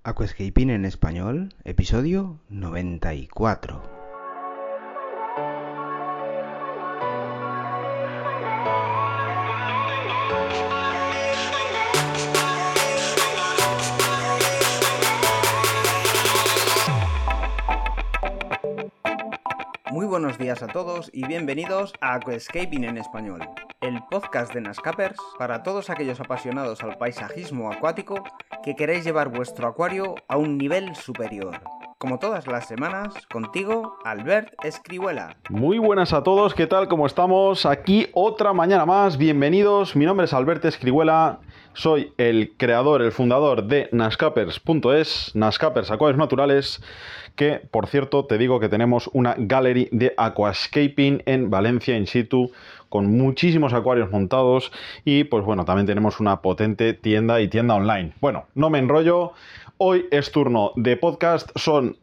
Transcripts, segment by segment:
Aquascaping en español, episodio 94. Muy buenos días a todos y bienvenidos a Aquascaping en español, el podcast de Nascapers para todos aquellos apasionados al paisajismo acuático que queréis llevar vuestro acuario a un nivel superior. Como todas las semanas, contigo, Albert Escrihuela. Muy buenas a todos, ¿qué tal? ¿Cómo estamos? Aquí otra mañana más, bienvenidos. Mi nombre es Albert Escrihuela, soy el creador, el fundador de Nascapers.es, Nascapers Acuarios Naturales, que, por cierto, te digo que tenemos una gallery de aquascaping en Valencia in situ, con muchísimos acuarios montados y, pues bueno, también tenemos una potente tienda y tienda online. Bueno, no me enrollo, hoy es turno de podcast, son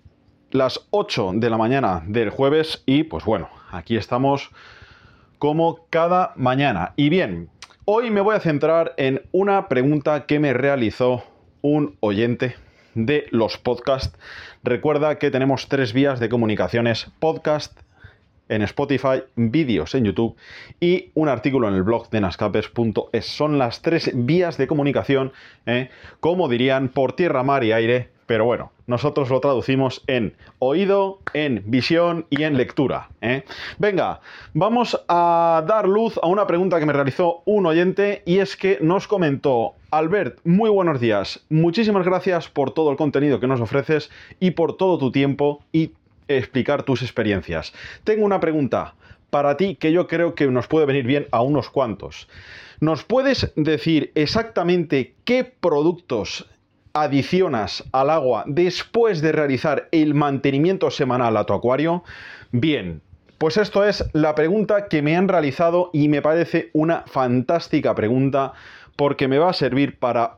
las 8 de la mañana del jueves y, pues bueno, aquí estamos como cada mañana. Y bien, hoy me voy a centrar en una pregunta que me realizó un oyente de los podcasts. Recuerda que tenemos 3 vías de comunicaciones: podcast en Spotify, vídeos en YouTube y un artículo en el blog de nascapers.es. Son las 3 vías de comunicación, como dirían, por tierra, mar y aire, pero bueno, nosotros lo traducimos en oído, en visión y en lectura. Venga, vamos a dar luz a una pregunta que me realizó un oyente, y es que nos comentó: Albert, muy buenos días, muchísimas gracias por todo el contenido que nos ofreces y por todo tu tiempo y explicar tus experiencias. Tengo una pregunta para ti que yo creo que nos puede venir bien a unos cuantos. ¿Nos puedes decir exactamente qué productos adicionas al agua después de realizar el mantenimiento semanal a tu acuario? Bien, pues esto es la pregunta que me han realizado y me parece una fantástica pregunta, porque me va a servir para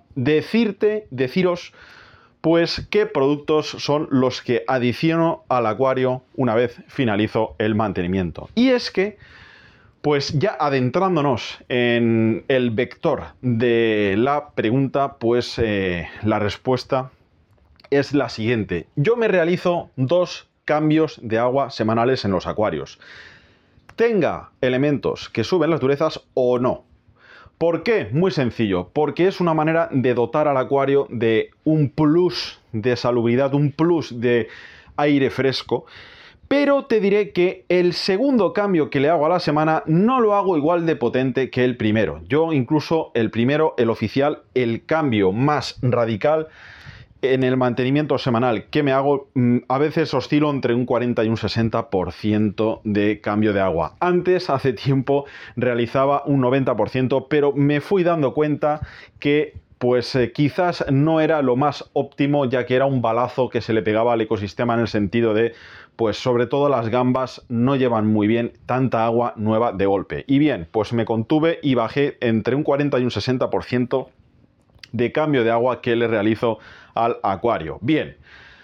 deciros pues qué productos son los que adiciono al acuario una vez finalizo el mantenimiento. Y es que, pues ya adentrándonos en el vector de la pregunta, pues la respuesta es la siguiente. Yo me realizo 2 cambios de agua semanales en los acuarios, tenga elementos que suben las durezas o no. ¿Por qué? Muy sencillo, porque es una manera de dotar al acuario de un plus de salubridad, un plus de aire fresco. Pero te diré que el segundo cambio que le hago a la semana no lo hago igual de potente que el primero. Yo incluso el primero, el oficial, el cambio más radical en el mantenimiento semanal que me hago, a veces oscilo entre un 40 y un 60% de cambio de agua. Antes, hace tiempo, realizaba un 90%, pero me fui dando cuenta que pues quizás no era lo más óptimo, ya que era un balazo que se le pegaba al ecosistema, en el sentido de, pues sobre todo las gambas no llevan muy bien tanta agua nueva de golpe. Y bien, pues me contuve y bajé entre un 40 y un 60% de cambio de agua que le realizo al acuario. Bien,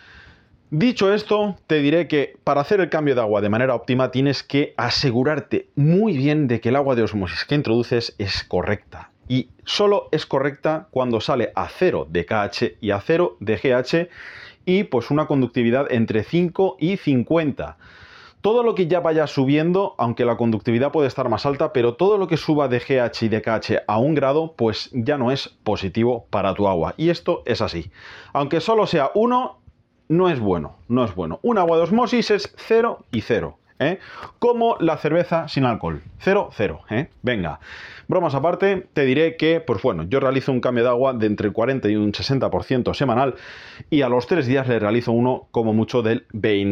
dicho esto, te diré que para hacer el cambio de agua de manera óptima tienes que asegurarte muy bien de que el agua de osmosis que introduces es correcta. Y solo es correcta cuando sale a 0 de KH y a 0 de GH, y pues una conductividad entre 5 y 50. Todo lo que ya vaya subiendo, aunque la conductividad puede estar más alta, pero todo lo que suba de GH y de KH a 1 grado, pues ya no es positivo para tu agua. Y esto es así. Aunque solo sea 1, no es bueno, no es bueno. Un agua de osmosis es 0 y 0. Como la cerveza sin alcohol, 0, 0. Venga, bromas aparte, te diré que, pues bueno, yo realizo un cambio de agua de entre el 40 y un 60% semanal, y a los 3 días le realizo uno como mucho del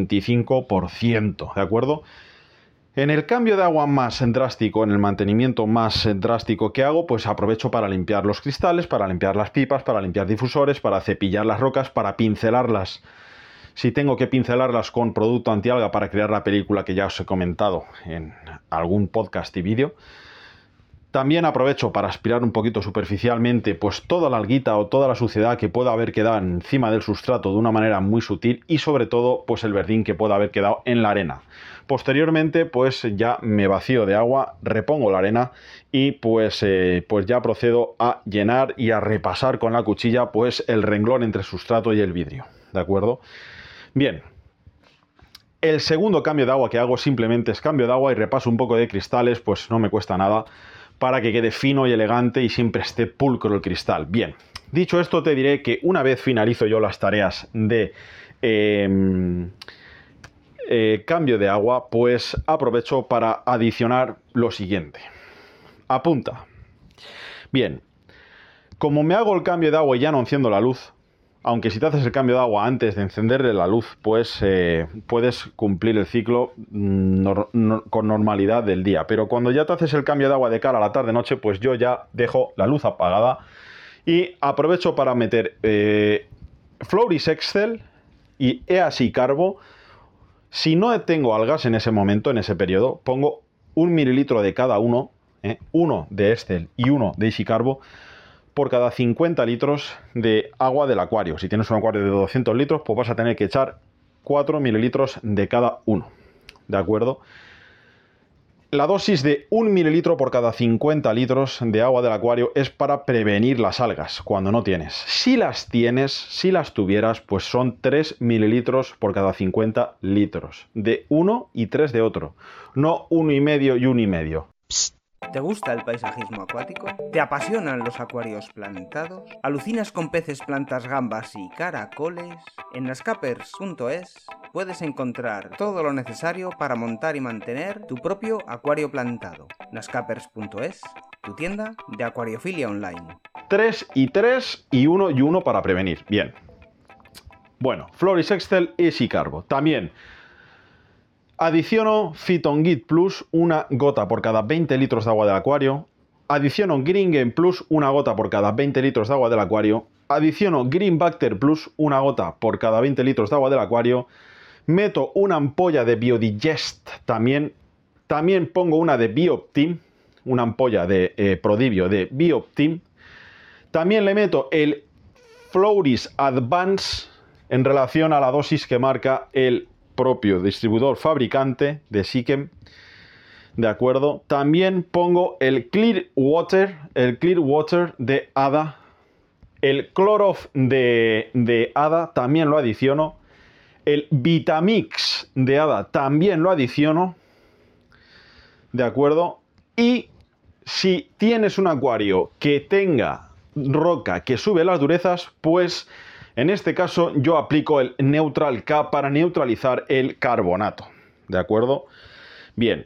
25%, ¿de acuerdo? En el cambio de agua más drástico, en el mantenimiento más drástico que hago, pues aprovecho para limpiar los cristales, para limpiar las pipas, para limpiar difusores, para cepillar las rocas, para pincelarlas. Si tengo que pincelarlas con producto antialga para crear la película que ya os he comentado en algún podcast y vídeo. También aprovecho para aspirar un poquito superficialmente pues toda la alguita o toda la suciedad que pueda haber quedado encima del sustrato de una manera muy sutil y sobre todo pues el verdín que pueda haber quedado en la arena. Posteriormente pues ya me vacío de agua, repongo la arena y pues ya procedo a llenar y a repasar con la cuchilla pues el renglón entre el sustrato y el vidrio, ¿de acuerdo? Bien. El segundo cambio de agua que hago simplemente es cambio de agua y repaso un poco de cristales, pues no me cuesta nada, para que quede fino y elegante y siempre esté pulcro el cristal. Bien, dicho esto te diré que una vez finalizo yo las tareas de cambio de agua, pues aprovecho para adicionar lo siguiente. Apunta. Bien, como me hago el cambio de agua y ya no enciendo la luz, aunque si te haces el cambio de agua antes de encenderle la luz, pues puedes cumplir el ciclo con normalidad del día. Pero cuando ya te haces el cambio de agua de cara a la tarde-noche, pues yo ya dejo la luz apagada y aprovecho para meter Floris Excel y Easy Carbo. Si no tengo algas en ese momento, en ese periodo, pongo 1 mililitro de cada uno, uno de Excel y uno de Easy Carbo, por cada 50 litros de agua del acuario. Si tienes un acuario de 200 litros, pues vas a tener que echar 4 mililitros de cada uno. ¿De acuerdo? La dosis de 1 mililitro por cada 50 litros de agua del acuario es para prevenir las algas cuando no tienes. Si las tienes, si las tuvieras, pues son 3 mililitros por cada 50 litros. De uno y 3 de otro. No 1,5 y 1,5. ¿Te gusta el paisajismo acuático? ¿Te apasionan los acuarios plantados? ¿Alucinas con peces, plantas, gambas y caracoles? En nascapers.es puedes encontrar todo lo necesario para montar y mantener tu propio acuario plantado. nascapers.es, tu tienda de acuariofilia online. 3 y 3 y 1 y 1 para prevenir. Bien. Bueno, Floris Excel y Easy Carbo. También adiciono Phytongit Plus, una gota por cada 20 litros de agua del acuario. Adiciono Green Game Plus, una gota por cada 20 litros de agua del acuario. Adiciono Green Bacter Plus, una gota por cada 20 litros de agua del acuario. Meto una ampolla de Biodigest también. También pongo una de Bioptim, una ampolla de Prodibio de Bioptim. También le meto el Floris Advance en relación a la dosis que marca el propio distribuidor fabricante de Sikem, de acuerdo. También pongo el Clear Water de Hada, el Chlorof de Hada también lo adiciono, el Vitamix de Hada también lo adiciono, de acuerdo. Y si tienes un acuario que tenga roca que sube las durezas, pues en este caso yo aplico el Neutral K para neutralizar el carbonato, ¿de acuerdo? Bien,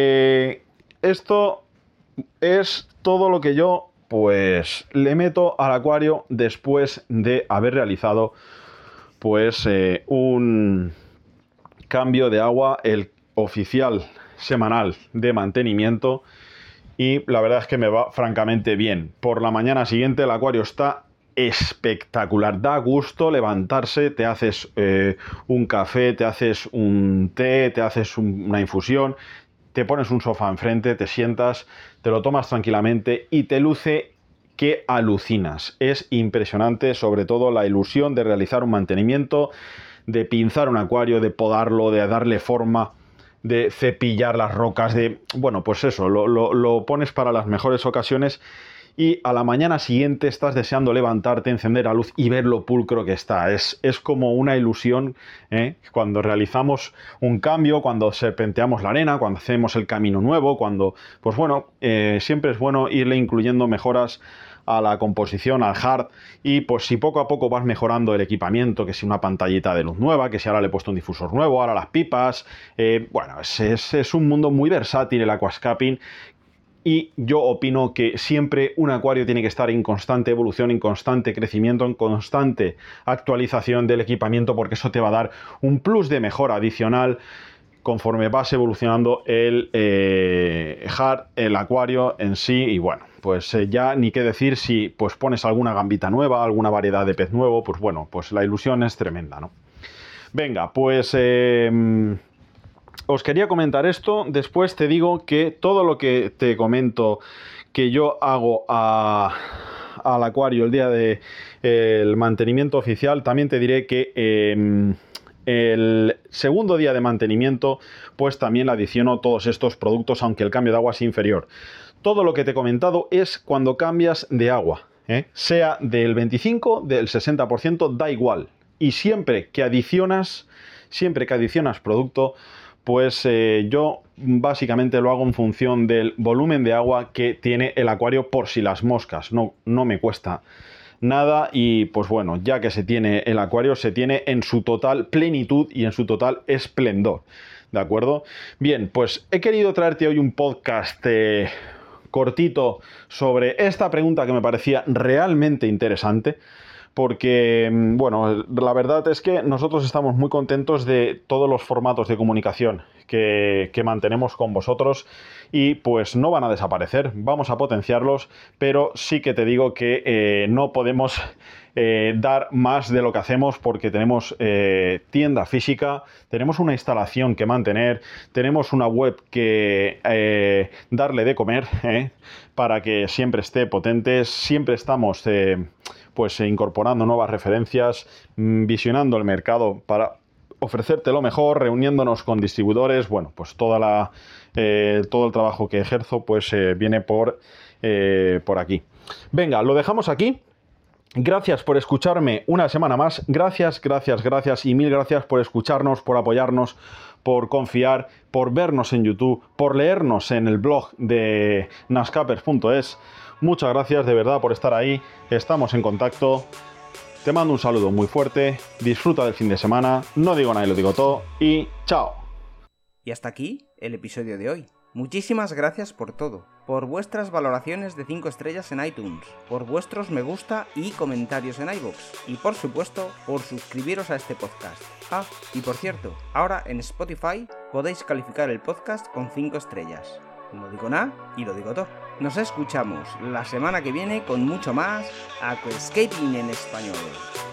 esto es todo lo que yo pues le meto al acuario después de haber realizado pues un cambio de agua, el oficial semanal de mantenimiento, y la verdad es que me va francamente bien. Por la mañana siguiente el acuario está espectacular, da gusto levantarse, te haces un café, te haces un té, te haces una infusión, te pones un sofá enfrente, te sientas, te lo tomas tranquilamente y te luce que alucinas. Es impresionante, sobre todo la ilusión de realizar un mantenimiento, de pinzar un acuario, de podarlo, de darle forma, de cepillar las rocas, de... Bueno, pues eso, lo pones para las mejores ocasiones y a la mañana siguiente estás deseando levantarte, encender la luz y ver lo pulcro que está. Es como una ilusión, cuando realizamos un cambio, cuando serpenteamos la arena, cuando hacemos el camino nuevo, cuando... Pues bueno, siempre es bueno irle incluyendo mejoras a la composición, al hard, y pues si poco a poco vas mejorando el equipamiento, que si una pantallita de luz nueva, que si ahora le he puesto un difusor nuevo, ahora las pipas, bueno, es un mundo muy versátil el aquascaping. Y yo opino que siempre un acuario tiene que estar en constante evolución, en constante crecimiento, en constante actualización del equipamiento, porque eso te va a dar un plus de mejora adicional conforme vas evolucionando el hard, el acuario en sí. Y bueno, pues ya ni qué decir si pues pones alguna gambita nueva, alguna variedad de pez nuevo, pues bueno, pues la ilusión es tremenda, ¿no? Venga, pues... os quería comentar esto, después te digo que todo lo que te comento que yo hago al acuario el día del mantenimiento oficial, también te diré que el segundo día de mantenimiento, pues también le adiciono todos estos productos, aunque el cambio de agua es inferior. Todo lo que te he comentado es cuando cambias de agua, sea del 25, del 60%, da igual. Y siempre que adicionas producto, pues yo básicamente lo hago en función del volumen de agua que tiene el acuario, por si las moscas. No me cuesta nada, y pues bueno, ya que se tiene el acuario, se tiene en su total plenitud y en su total esplendor, ¿de acuerdo? Bien, pues he querido traerte hoy un podcast cortito sobre esta pregunta que me parecía realmente interesante, porque, bueno, la verdad es que nosotros estamos muy contentos de todos los formatos de comunicación que mantenemos con vosotros, y pues no van a desaparecer, vamos a potenciarlos, pero sí que te digo que no podemos dar más de lo que hacemos, porque tenemos tienda física, tenemos una instalación que mantener, tenemos una web que darle de comer, para que siempre esté potente. Siempre estamos pues incorporando nuevas referencias, visionando el mercado para ofrecerte lo mejor, reuniéndonos con distribuidores. Bueno, pues todo el trabajo que ejerzo pues viene por aquí. Venga, lo dejamos aquí. Gracias por escucharme una semana más. Gracias y mil gracias por escucharnos, por apoyarnos, por confiar, por vernos en YouTube, por leernos en el blog de nascapers.es. Muchas gracias de verdad por estar ahí. Estamos en contacto. Te mando un saludo muy fuerte. Disfruta del fin de semana. No digo nada y lo digo todo. Y chao. Y hasta aquí el episodio de hoy. Muchísimas gracias por todo, por vuestras valoraciones de 5 estrellas en iTunes, por vuestros me gusta y comentarios en iVoox, y por supuesto, por suscribiros a este podcast. Ah, y por cierto, ahora en Spotify podéis calificar el podcast con 5 estrellas. No digo nada y lo digo todo. Nos escuchamos la semana que viene con mucho más Aquascaping en español.